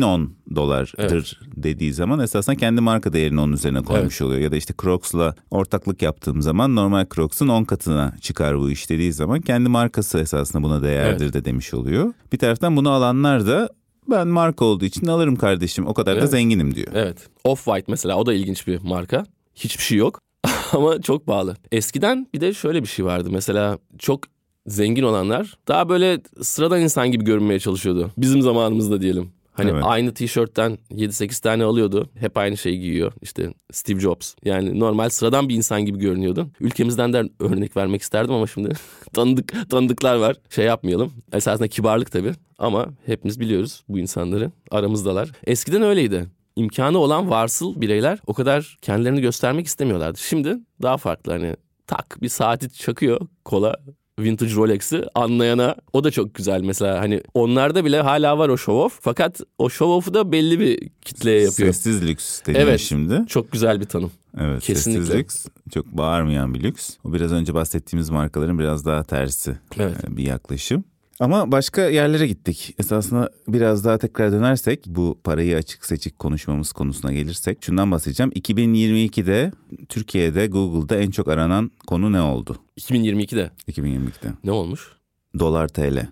$1.010'dır dediği zaman esasında kendi marka değerini onun üzerine koymuş oluyor. Ya da işte Crocs'la ortaklık yaptığım zaman normal Crocs'un 10 katına çıkar bu iş dediği zaman kendi markası esasında buna değerdir de demiş oluyor. Bir taraftan bunu alanlar da ben marka olduğu için alırım kardeşim, o kadar da zenginim diyor. Evet. Off-White mesela, o da ilginç bir marka. Hiçbir şey yok. Ama çok pahalı. Eskiden bir de şöyle bir şey vardı. Mesela çok zengin olanlar daha böyle sıradan insan gibi görünmeye çalışıyordu. Bizim zamanımızda diyelim. Hani aynı tişörtten 7-8 tane alıyordu. Hep aynı şeyi giyiyor. İşte Steve Jobs. Yani normal sıradan bir insan gibi görünüyordu. Ülkemizden de örnek vermek isterdim ama şimdi tanıdıklar var. Şey yapmayalım. Esasında kibarlık tabii. Ama hepimiz biliyoruz bu insanları. Aramızdalar. Eskiden öyleydi. İmkanı olan varsıl bireyler o kadar kendilerini göstermek istemiyorlardı. Şimdi daha farklı, hani tak bir saati çakıyor kola, vintage Rolex'i anlayana, o da çok güzel. Mesela hani onlarda bile hala var o show off, fakat o show off'u da belli bir kitleye yapıyor. Sessiz lüks deniyor şimdi. Çok güzel bir tanım. Evet, kesinlikle. Sessiz lüks, çok bağırmayan bir lüks. O biraz önce bahsettiğimiz markaların biraz daha tersi bir yaklaşım. Ama başka yerlere gittik. Esasında biraz daha tekrar dönersek, bu parayı açık seçik konuşmamız konusuna gelirsek şundan bahsedeceğim. 2022'de Türkiye'de Google'da en çok aranan konu ne oldu? 2022'de. Ne olmuş? Dolar TL.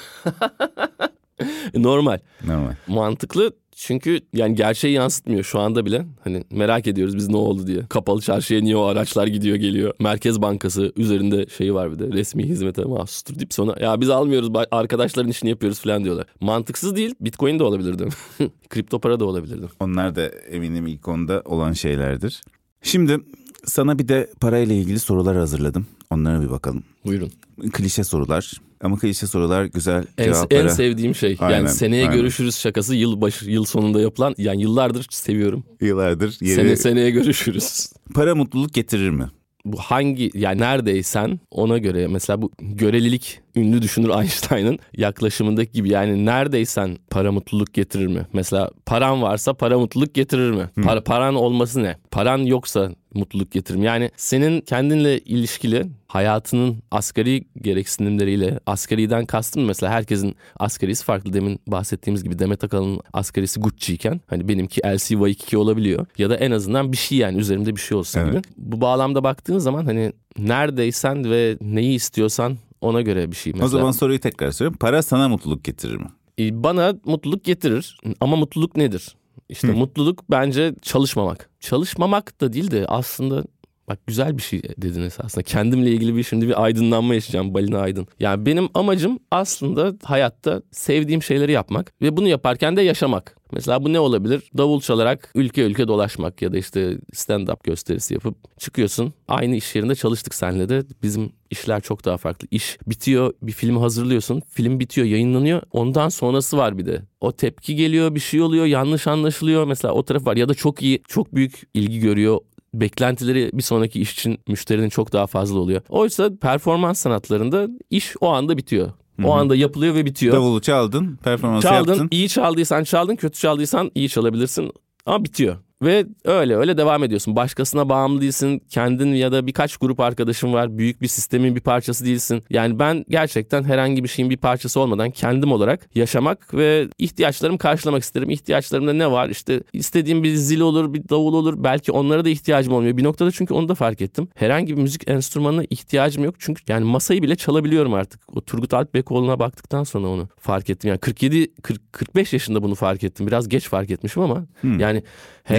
Normal. Normal. Mantıklı. Çünkü yani gerçeği yansıtmıyor şu anda bile. Hani merak ediyoruz biz ne oldu diye. Kapalı çarşıya niye o araçlar gidiyor geliyor. Merkez Bankası üzerinde şeyi var bir de. Resmi hizmete mahsustur deyip sonra ya biz almıyoruz, arkadaşların işini yapıyoruz falan diyorlar. Mantıksız değil. Bitcoin de olabilirdi. Kripto para da olabilirdi. Onlar da eminim ilk onda olan şeylerdir. Şimdi sana bir de parayla ilgili sorular hazırladım. Onlara bir bakalım. Buyurun. Klişe sorular. Ama klişe sorular güzel cevaplara. En sevdiğim şey. Aynen, yani seneye görüşürüz şakası yıl sonunda yapılan. Yani yıllardır seviyorum. Yıllardır. Seneye görüşürüz. Para mutluluk getirir mi? Bu hangi, yani neredeysen ona göre, mesela bu görelilik ünlü düşünür Einstein'ın yaklaşımındaki gibi, yani neredeysen para mutluluk getirir mi? Mesela paran varsa para mutluluk getirir mi? Paran olması ne? Paran yoksa mutluluk getirir mi? Yani senin kendinle ilişkili hayatının asgari gereksinimleriyle, asgariden kastım mesela herkesin asgarisi farklı. Demin bahsettiğimiz gibi Demet Akalın'ın asgarisi Gucci iken hani benimki LC-Waikiki olabiliyor. Ya da en azından bir şey, yani üzerimde bir şey olsun gibi. Bu bağlamda baktığın zaman hani neredeysen ve neyi istiyorsan ona göre bir şey. Mesela, o zaman soruyu tekrar soruyorum. Para sana mutluluk getirir mi? Bana mutluluk getirir ama mutluluk nedir? İşte mutluluk bence çalışmamak. Çalışmamak da değil de aslında, bak güzel bir şey dediniz aslında. Kendimle ilgili şimdi bir aydınlanma yaşayacağım. Balina Aydın. Yani benim amacım aslında hayatta sevdiğim şeyleri yapmak ve bunu yaparken de yaşamak. Mesela bu ne olabilir? Davul çalarak ülke ülke dolaşmak ya da işte stand-up gösterisi yapıp çıkıyorsun. Aynı iş yerinde çalıştık seninle de. Bizim işler çok daha farklı. İş bitiyor, bir filmi hazırlıyorsun. Film bitiyor, yayınlanıyor. Ondan sonrası var bir de. O tepki geliyor, bir şey oluyor, yanlış anlaşılıyor. Mesela o taraf var ya da çok iyi, çok büyük ilgi görüyor. Beklentileri bir sonraki iş için müşterinin çok daha fazla oluyor. Oysa performans sanatlarında iş o anda bitiyor. O anda yapılıyor ve bitiyor. Davulu çaldın, performansı yaptın. Çaldın, iyi çaldıysan çaldın, kötü çaldıysan iyi çalabilirsin ama bitiyor. Ve öyle devam ediyorsun. Başkasına bağımlı değilsin. Kendin ya da birkaç grup arkadaşın var. Büyük bir sistemin bir parçası değilsin. Yani ben gerçekten herhangi bir şeyin bir parçası olmadan kendim olarak yaşamak ve ihtiyaçlarımı karşılamak isterim. İhtiyaçlarımda ne var? İşte istediğim bir zil olur, bir davul olur. Belki onlara da ihtiyacım olmuyor. Bir noktada çünkü onu da fark ettim. Herhangi bir müzik enstrümanına ihtiyacım yok. Çünkü yani masayı bile çalabiliyorum artık. O Turgut Alp Bekoğlu'na baktıktan sonra onu fark ettim. Yani 45 yaşında bunu fark ettim. Biraz geç fark etmişim ama yani herhangi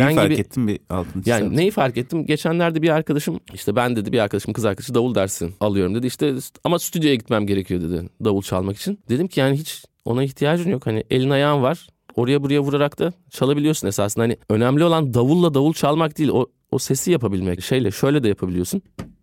Neyi fark ettin, bir altını çizer Yani misin? neyi fark ettim? Geçenlerde bir arkadaşım işte ben dedi bir arkadaşım kız arkadaşı davul dersi alıyorum dedi. İşte ama stüdyoya gitmem gerekiyor dedi davul çalmak için. Dedim ki yani hiç ona ihtiyacın yok. Hani elin ayağın var. Oraya buraya vurarak da çalabiliyorsun esasında. Hani önemli olan davulla davul çalmak değil. O sesi yapabilmek. Şöyle de yapabiliyorsun.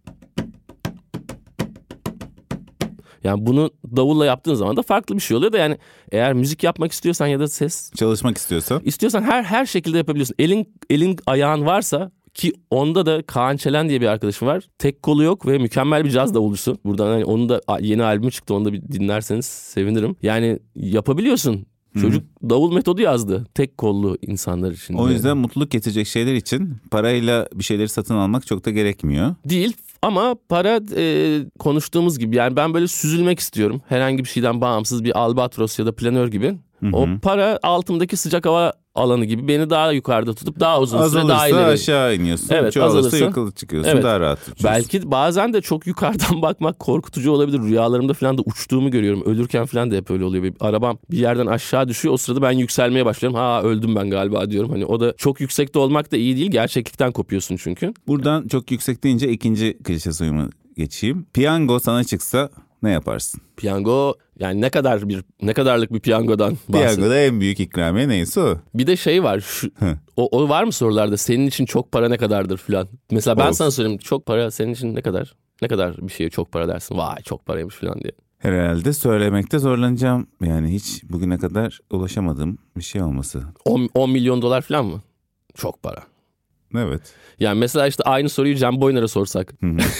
Yani bunu davulla yaptığın zaman da farklı bir şey oluyor da yani eğer müzik yapmak istiyorsan ya da ses Çalışmak istiyorsan her şekilde yapabiliyorsun. Elin ayağın varsa ki onda da Kaan Çelen diye bir arkadaşım var. Tek kolu yok ve mükemmel bir caz davulcusu. Buradan hani onun da yeni albümü çıktı. Onu da bir dinlerseniz sevinirim. Yani yapabiliyorsun. Çocuk davul metodu yazdı. Tek kollu insanlar için. o yüzden mutluluk getirecek şeyler için parayla bir şeyleri satın almak çok da gerekmiyor. Değil ama para konuştuğumuz gibi yani ben böyle süzülmek istiyorum. Herhangi bir şeyden bağımsız bir albatros ya da planör gibi. O para altımdaki sıcak hava alanı gibi beni daha yukarıda tutup daha uzun süre daha ileri. Aşağı iniyorsun. Evet, çoğalırsa yukarı çıkıyorsun, evet, daha rahat uçuyorsun. Belki bazen de çok yukarıdan bakmak korkutucu olabilir. Rüyalarımda falan da uçtuğumu görüyorum. Ölürken falan da hep öyle oluyor. Bir arabam bir yerden aşağı düşüyor. O sırada ben yükselmeye başlıyorum. Öldüm ben galiba diyorum. Hani o da çok yüksekte olmak da iyi değil. Gerçeklikten kopuyorsun çünkü. Buradan çok yüksek deyince ikinci klişe soyuma geçeyim. Piyango sana çıksa ne yaparsın? Piyango yani ne kadarlık bir piyangodan bahsediyorsun? Piyangoda en büyük ikramiye neyse o. Bir de şey var. O var mı sorularda? Senin için çok para ne kadardır falan. Mesela ben sana söyleyeyim. Çok para senin için ne kadar? Ne kadar bir şeye çok para dersin? Vay çok paraymış falan diye. Herhalde söylemekte zorlanacağım. Yani hiç bugüne kadar ulaşamadığım bir şey olması. 10 milyon dolar falan mı? Çok para. Evet. Yani mesela işte aynı soruyu Cem Boynar'a sorsak.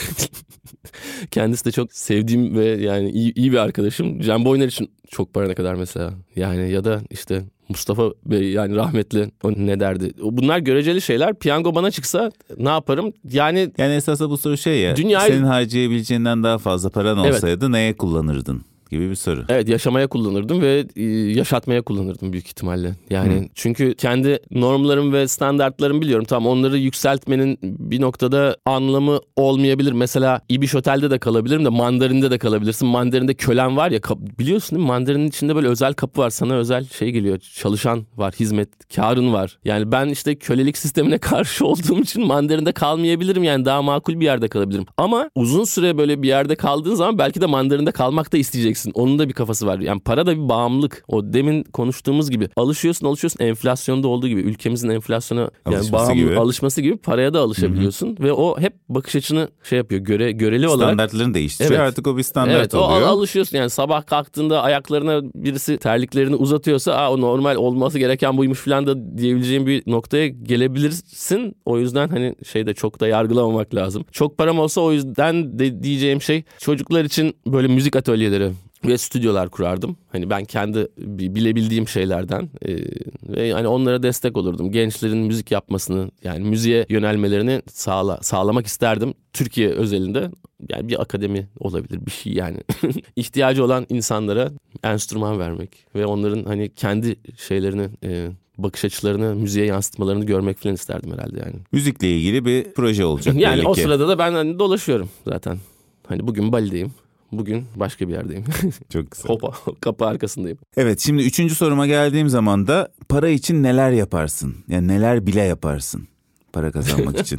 Kendisi de çok sevdiğim ve yani iyi bir arkadaşım. Cem Boynar için çok para ne kadar mesela? Yani ya da işte Mustafa Bey yani rahmetli o ne derdi? Bunlar göreceli şeyler. Piyango bana çıksa ne yaparım? Yani esasında bu soru ya. Dünyayı... Senin harcayabileceğinden daha fazla paran olsaydı neye kullanırdın? Gibi bir soru. Evet, yaşamaya kullanırdım ve yaşatmaya kullanırdım büyük ihtimalle. Yani çünkü kendi normlarım ve standartlarımı biliyorum. Tamam, onları yükseltmenin bir noktada anlamı olmayabilir. Mesela İbiş Otel'de de kalabilirim de Mandarin'de de kalabilirsin. Mandarin'de kölen var ya, biliyorsun değil mi? Mandarin'in içinde böyle özel kapı var. Sana özel şey geliyor. Çalışan var, hizmetkarın var. Yani ben işte kölelik sistemine karşı olduğum için Mandarin'de kalmayabilirim. Yani daha makul bir yerde kalabilirim. Ama uzun süre böyle bir yerde kaldığın zaman belki de Mandarin'de kalmak da isteyeceksin. Onun da bir kafası var. Yani para da bir bağımlılık. O demin konuştuğumuz gibi alışıyorsun enflasyonda olduğu gibi ülkemizin enflasyona alışması gibi paraya da alışabiliyorsun. Ve o hep bakış açını şey yapıyor. Göreli olarak. Standartlarını değiştiriyor. Evet. Artık o bir standart oluyor. Evet, alışıyorsun yani sabah kalktığında ayaklarına birisi terliklerini uzatıyorsa o normal olması gereken buymuş falan da diyebileceğin bir noktaya gelebilirsin. O yüzden hani şeyde çok da yargılamamak lazım. Çok param olsa o yüzden de diyeceğim şey çocuklar için böyle müzik atölyeleri ve stüdyolar kurardım. Hani ben kendi bilebildiğim şeylerden ve hani onlara destek olurdum. Gençlerin müzik yapmasını yani müziğe yönelmelerini sağlamak isterdim. Türkiye özelinde yani bir akademi olabilir bir şey yani. İhtiyacı olan insanlara enstrüman vermek ve onların hani kendi şeylerini bakış açılarını müziğe yansıtmalarını görmek falan isterdim herhalde yani. Müzikle ilgili bir proje olacak. Yani o sırada da ben hani dolaşıyorum zaten. Hani bugün Bali'deyim. Bugün başka bir yerdeyim. Çok güzel. Hopa, kapı arkasındayım. Evet, şimdi 3. soruma geldiğim zaman da para için neler yaparsın? Yani neler bile yaparsın para kazanmak için?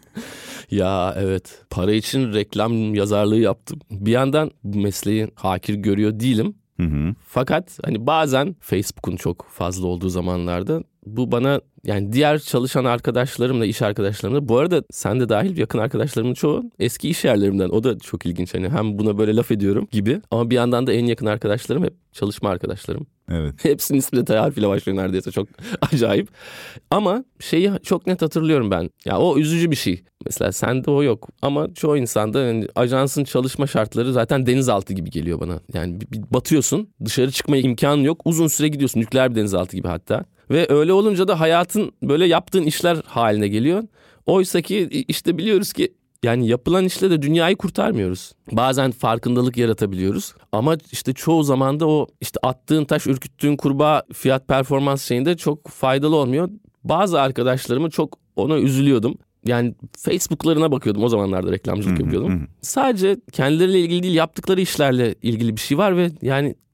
Ya evet, para için reklam yazarlığı yaptım. Bir yandan bu mesleği hakir görüyor değilim. Fakat hani bazen Facebook'un çok fazla olduğu zamanlarda bu bana yani diğer çalışan arkadaşlarımla, iş arkadaşlarımla, bu arada sen de dahil yakın arkadaşlarımın çoğu eski iş yerlerimden. O da çok ilginç. Hani hem buna böyle laf ediyorum gibi ama bir yandan da en yakın arkadaşlarım hep çalışma arkadaşlarım. Evet. Hepsinin ismi de T harfiyle başlıyor neredeyse, çok acayip. Ama şeyi çok net hatırlıyorum ben. Ya o üzücü bir şey. Mesela sende o yok ama çoğu insanda yani ajansın çalışma şartları zaten denizaltı gibi geliyor bana. Yani bir batıyorsun, dışarı çıkmaya imkanın yok. Uzun süre gidiyorsun, nükleer bir denizaltı gibi hatta. Ve öyle olunca da hayatın böyle yaptığın işler haline geliyor. Oysa ki işte biliyoruz ki yani yapılan işle de dünyayı kurtarmıyoruz. Bazen farkındalık yaratabiliyoruz. Ama işte çoğu zaman da o işte attığın taş, ürküttüğün kurbağa fiyat performans şeyinde çok faydalı olmuyor. Bazı arkadaşlarımı çok ona üzülüyordum. Yani Facebook'larına bakıyordum, o zamanlarda reklamcılık yapıyordum. Sadece kendileriyle ilgili değil, yaptıkları işlerle ilgili bir şey var ve yani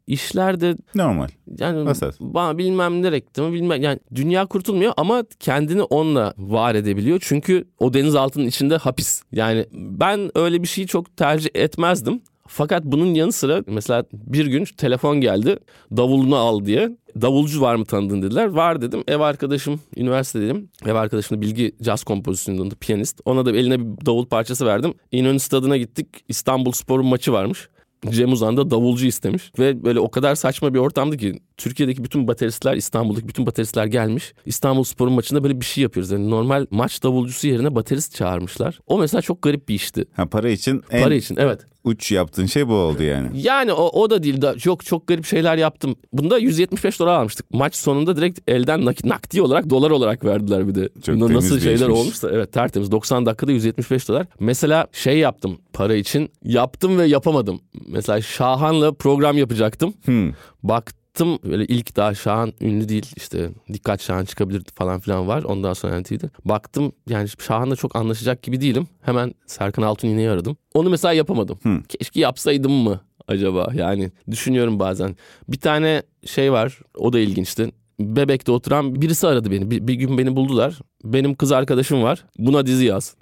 işlerde Normal. yani Vasat. bilmem ne reklamı bilmem yani dünya kurtulmuyor ama kendini onunla var edebiliyor. Çünkü o denizaltının içinde hapis. Yani ben öyle bir şeyi çok tercih etmezdim. Fakat bunun yanı sıra mesela bir gün telefon geldi, davulunu al diye. Davulcu var mı tanıdığın dediler. Var dedim. Ev arkadaşım, üniversitedeydim. Ev arkadaşım da Bilgi Caz Kompozisyonu'nda piyanist. Ona da eline bir davul parçası verdim. İnönü Stadı'na gittik. İstanbulspor'un maçı varmış. Cem Uzan da davulcu istemiş. Ve böyle o kadar saçma bir ortamdı ki Türkiye'deki bütün bateristler, İstanbul'daki bütün bateristler gelmiş. İstanbulspor'un maçında böyle bir şey yapıyoruz. Yani normal maç davulcusu yerine baterist çağırmışlar. O mesela çok garip bir işti. Para için Para için, evet. Uç yaptığın şey bu oldu yani. Yani o da değil. Çok garip şeyler yaptım. Bunda $175 almıştık. Maç sonunda direkt elden nakdi olarak dolar olarak verdiler bir de. Çok nasıl şeyler işmiş. olmuşsa. Evet, tertemiz. 90 dakikada $175. Mesela şey yaptım para için. Yaptım ve yapamadım. Mesela Şahan'la program yapacaktım. Baktım böyle ilk daha Şahan ünlü değil, işte Dikkat Şahan çıkabilir falan filan var. Ondan sonra NTV'de. Baktım yani Şahan'la çok anlaşacak gibi değilim. Hemen Serkan Altuni'yi aradım. Onu mesela yapamadım. Keşke yapsaydım mı acaba? Yani düşünüyorum bazen. Bir tane şey var, o da ilginçti. Bebek'te oturan birisi aradı beni. Bir gün beni buldular. Benim kız arkadaşım var. Buna dizi yaz.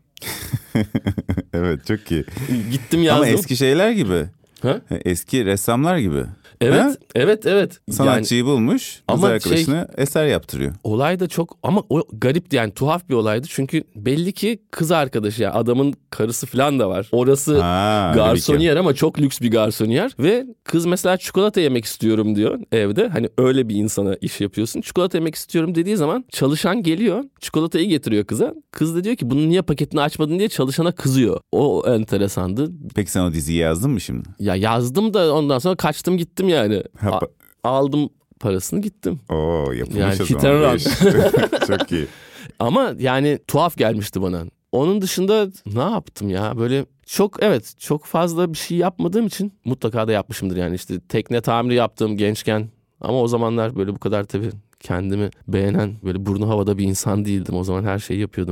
Evet, çok iyi. Gittim yazdım. Ama eski şeyler gibi. Ha? Eski ressamlar gibi. Evet, Ha? evet. Sanatçıyı bulmuş, kız ama arkadaşına eser yaptırıyor. Olay da çok ama o garipti yani, tuhaf bir olaydı. Çünkü belli ki kız arkadaşı, yani adamın karısı falan da var. Orası garsoniyer ama çok lüks bir garsoniyer. Ve kız mesela çikolata yemek istiyorum diyor evde. Hani öyle bir insana iş yapıyorsun. Çikolata yemek istiyorum dediği zaman çalışan geliyor, çikolatayı getiriyor kıza. Kız da diyor ki bunun niye paketini açmadın diye çalışana kızıyor. O enteresandı. Peki sen o diziyi yazdın mı şimdi? Ya yazdım da ondan sonra kaçtım gittim yani. Aldım parasını gittim. Oo, yapılmış yani o zaman. Çok iyi. Ama yani tuhaf gelmişti bana. Onun dışında ne yaptım ya? Böyle çok fazla bir şey yapmadığım için mutlaka da yapmışımdır yani. İşte tekne tamiri yaptım gençken. Ama o zamanlar böyle bu kadar tabii kendimi beğenen, böyle burnu havada bir insan değildim. O zaman her şeyi yapıyordum.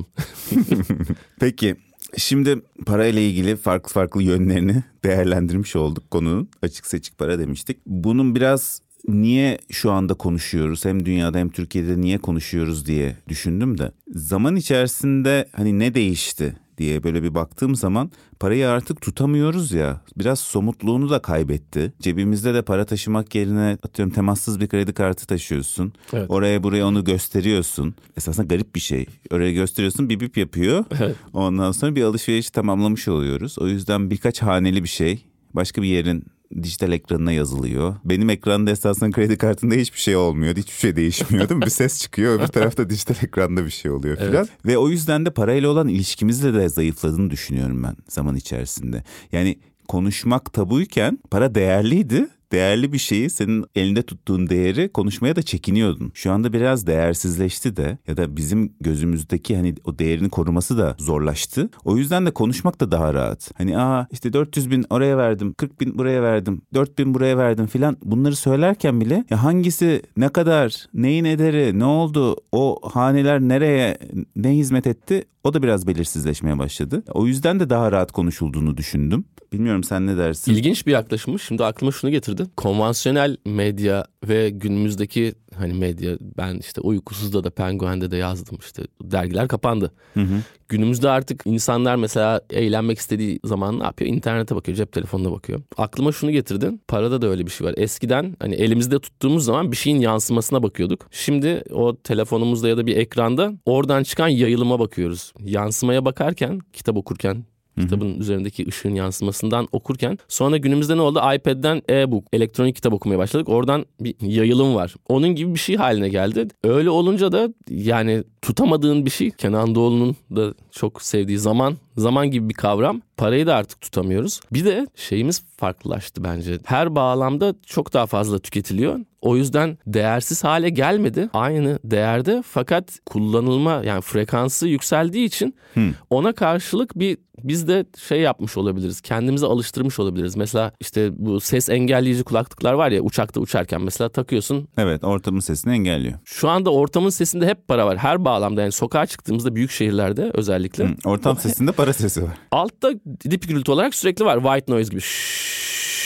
Peki. Şimdi parayla ilgili farklı yönlerini değerlendirmiş olduk konunun. Açık seçik para demiştik. Bunun biraz niye şu anda konuşuyoruz, hem dünyada hem Türkiye'de niye konuşuyoruz diye düşündüm de. Zaman içerisinde hani ne değişti diye böyle bir baktığım zaman parayı artık tutamıyoruz ya, biraz somutluğunu da kaybetti. Cebimizde de para taşımak yerine atıyorum temassız bir kredi kartı taşıyorsun. Evet. Oraya buraya onu gösteriyorsun. Esasında garip bir şey. Oraya gösteriyorsun, bip bip yapıyor. Evet. Ondan sonra bir alışverişi tamamlamış oluyoruz. O yüzden birkaç haneli bir şey başka bir yerin dijital ekranına yazılıyor. Benim ekranda esasında kredi kartında hiçbir şey olmuyor. Hiçbir şey değişmiyor değil mi? Bir ses çıkıyor, öbür tarafta dijital ekranda bir şey oluyor filan. Evet. Ve o yüzden de parayla olan ilişkimizle de zayıfladığını düşünüyorum ben zaman içerisinde. Yani konuşmak tabuyken para değerliydi. Değerli bir şeyi, senin elinde tuttuğun değeri konuşmaya da çekiniyordun. Şu anda biraz değersizleşti de, ya da bizim gözümüzdeki hani o değerini koruması da zorlaştı. O yüzden de konuşmak da daha rahat. Hani işte 400 bin oraya verdim, 40 bin buraya verdim, 4 bin buraya verdim filan, bunları söylerken bile ya hangisi ne kadar, neyin ederi, ne oldu, o haneler nereye, ne hizmet etti, o da biraz belirsizleşmeye başladı. O yüzden de daha rahat konuşulduğunu düşündüm. Bilmiyorum, sen ne dersin? İlginç bir yaklaşımmış. Şimdi aklıma şunu getirdi. Konvansiyonel medya ve günümüzdeki hani medya, ben işte Uykusuz'da da Penguen'de de yazdım, işte dergiler kapandı. Günümüzde artık insanlar mesela eğlenmek istediği zaman ne yapıyor? İnternete bakıyor, cep telefonuna bakıyor. Aklıma şunu getirdi. Parada da öyle bir şey var. Eskiden hani elimizde tuttuğumuz zaman bir şeyin yansımasına bakıyorduk. Şimdi o telefonumuzda ya da bir ekranda oradan çıkan yayılıma bakıyoruz. Yansımaya bakarken, kitap okurken, kitabın üzerindeki ışığın yansımasından okurken, sonra günümüzde ne oldu? iPad'den e-book, elektronik kitap okumaya başladık. Oradan bir yayılım var. Onun gibi bir şey haline geldi. Öyle olunca da yani tutamadığın bir şey. Kenan Doğulu'nun da çok sevdiği zaman gibi bir kavram. Parayı da artık tutamıyoruz. Bir de şeyimiz farklılaştı bence. Her bağlamda çok daha fazla tüketiliyor. O yüzden değersiz hale gelmedi. Aynı değerde, fakat kullanılma yani frekansı yükseldiği için ona karşılık biz de şey yapmış olabiliriz. Kendimizi alıştırmış olabiliriz. Mesela işte bu ses engelleyici kulaklıklar var ya, uçakta uçarken mesela takıyorsun. Evet, ortamın sesini engelliyor. Şu anda ortamın sesinde hep para var. Her bağlamda, yani sokağa çıktığımızda büyük şehirlerde özellikle. Ortam sesinde para sesi var. Altta dip gürültü olarak sürekli var. White noise gibi şşş diye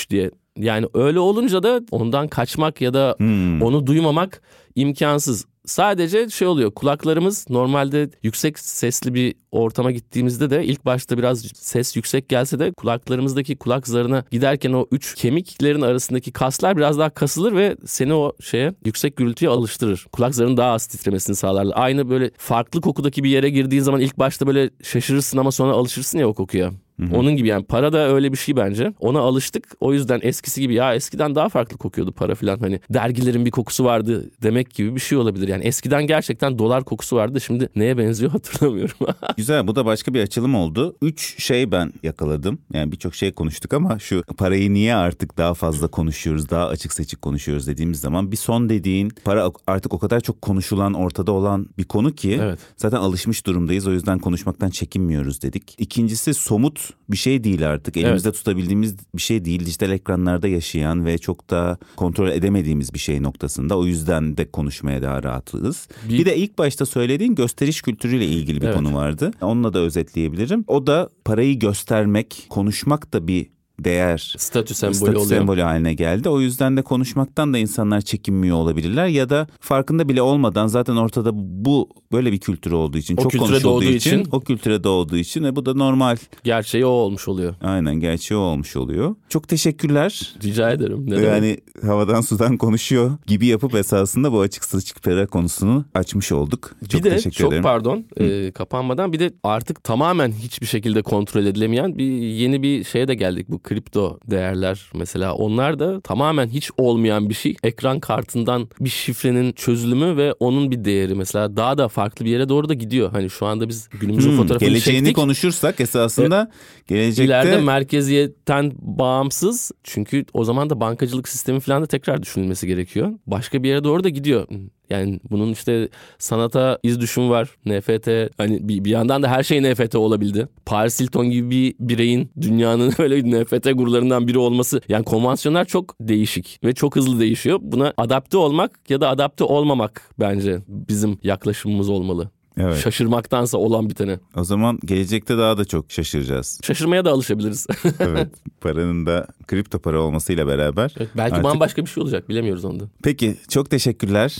Yani öyle olunca da ondan kaçmak ya da onu duymamak imkansız. Sadece şey oluyor, kulaklarımız normalde yüksek sesli bir ortama gittiğimizde de ilk başta biraz ses yüksek gelse de kulaklarımızdaki kulak zarına giderken o 3 kemiklerin arasındaki kaslar biraz daha kasılır ve seni o şeye, yüksek gürültüye alıştırır. Kulak zarının daha az titremesini sağlarlar. Aynı böyle farklı kokudaki bir yere girdiğin zaman ilk başta böyle şaşırırsın ama sonra alışırsın ya o kokuya. Onun gibi yani para da öyle bir şey bence. Ona alıştık. O yüzden eskisi gibi ya eskiden daha farklı kokuyordu para falan. Hani dergilerin bir kokusu vardı demek gibi bir şey olabilir. Yani eskiden gerçekten dolar kokusu vardı. Şimdi neye benziyor hatırlamıyorum. Güzel, bu da başka bir açılım oldu. 3 şey ben yakaladım. Yani birçok şey konuştuk ama şu parayı niye artık daha fazla konuşuyoruz, daha açık seçik konuşuyoruz dediğimiz zaman bir son dediğin, para artık o kadar çok konuşulan, ortada olan bir konu ki Evet. zaten alışmış durumdayız. O yüzden konuşmaktan çekinmiyoruz dedik. İkincisi somut bir şey değil artık. Elimizde tutabildiğimiz bir şey değil. Dijital ekranlarda yaşayan ve çok da kontrol edemediğimiz bir şey noktasında. O yüzden de konuşmaya daha rahatız. Bir de ilk başta söylediğin gösteriş kültürüyle ilgili bir konu vardı. Onunla da özetleyebilirim. O da parayı göstermek, konuşmak da bir değer, statü sembolü haline geldi. O yüzden de konuşmaktan da insanlar çekinmiyor olabilirler ya da farkında bile olmadan zaten ortada bu böyle bir kültür olduğu için, çok konuşulduğu için, o kültüre doğduğu için bu da normal. Gerçeği o olmuş oluyor. Aynen, gerçeği o olmuş oluyor. Çok teşekkürler. Rica ederim. Ne yani havadan sudan konuşuyor gibi yapıp esasında bu açık seçik para konusunu açmış olduk. Çok teşekkür ederim. Çok pardon kapanmadan bir de artık tamamen hiçbir şekilde kontrol edilemeyen yeni bir şeye de geldik. Bu kripto değerler mesela, onlar da tamamen hiç olmayan bir şey. Ekran kartından bir şifrenin çözülümü ve onun bir değeri mesela daha da farklı bir yere doğru da gidiyor. Hani şu anda biz günümüzün fotoğrafını geleceğini çektik. Konuşursak esasında gelecekte İleride merkeziyetten bağımsız, çünkü o zaman da bankacılık sistemi falan da tekrar düşünülmesi gerekiyor. Başka bir yere doğru da gidiyor. Yani bunun işte sanata iz düşümü var. NFT, hani bir yandan da her şey NFT olabildi. Paris Hilton gibi bir bireyin dünyanın öyle NFT gururlarından biri olması. Yani konvansiyonlar çok değişik ve çok hızlı değişiyor. Buna adapte olmak ya da adapte olmamak bence bizim yaklaşımımız olmalı. Evet. Şaşırmaktansa olan bitene. O zaman gelecekte daha da çok şaşıracağız. Şaşırmaya da alışabiliriz. Evet. Paranın da kripto para olmasıyla beraber. Evet, belki artık bambaşka bir şey olacak, bilemiyoruz onu da. Peki, çok teşekkürler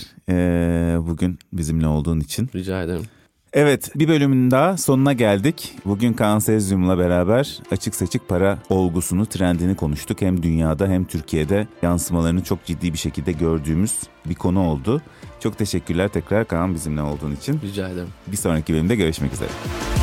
bugün bizimle olduğun için. Rica ederim. Evet, bir bölümün daha sonuna geldik. Bugün Kaan Sezyum'la beraber açık seçik para olgusunu, trendini konuştuk. Hem dünyada hem Türkiye'de yansımalarını çok ciddi bir şekilde gördüğümüz bir konu oldu. Çok teşekkürler tekrar Kaan bizimle olduğun için. Rica ederim. Bir sonraki bölümde görüşmek üzere.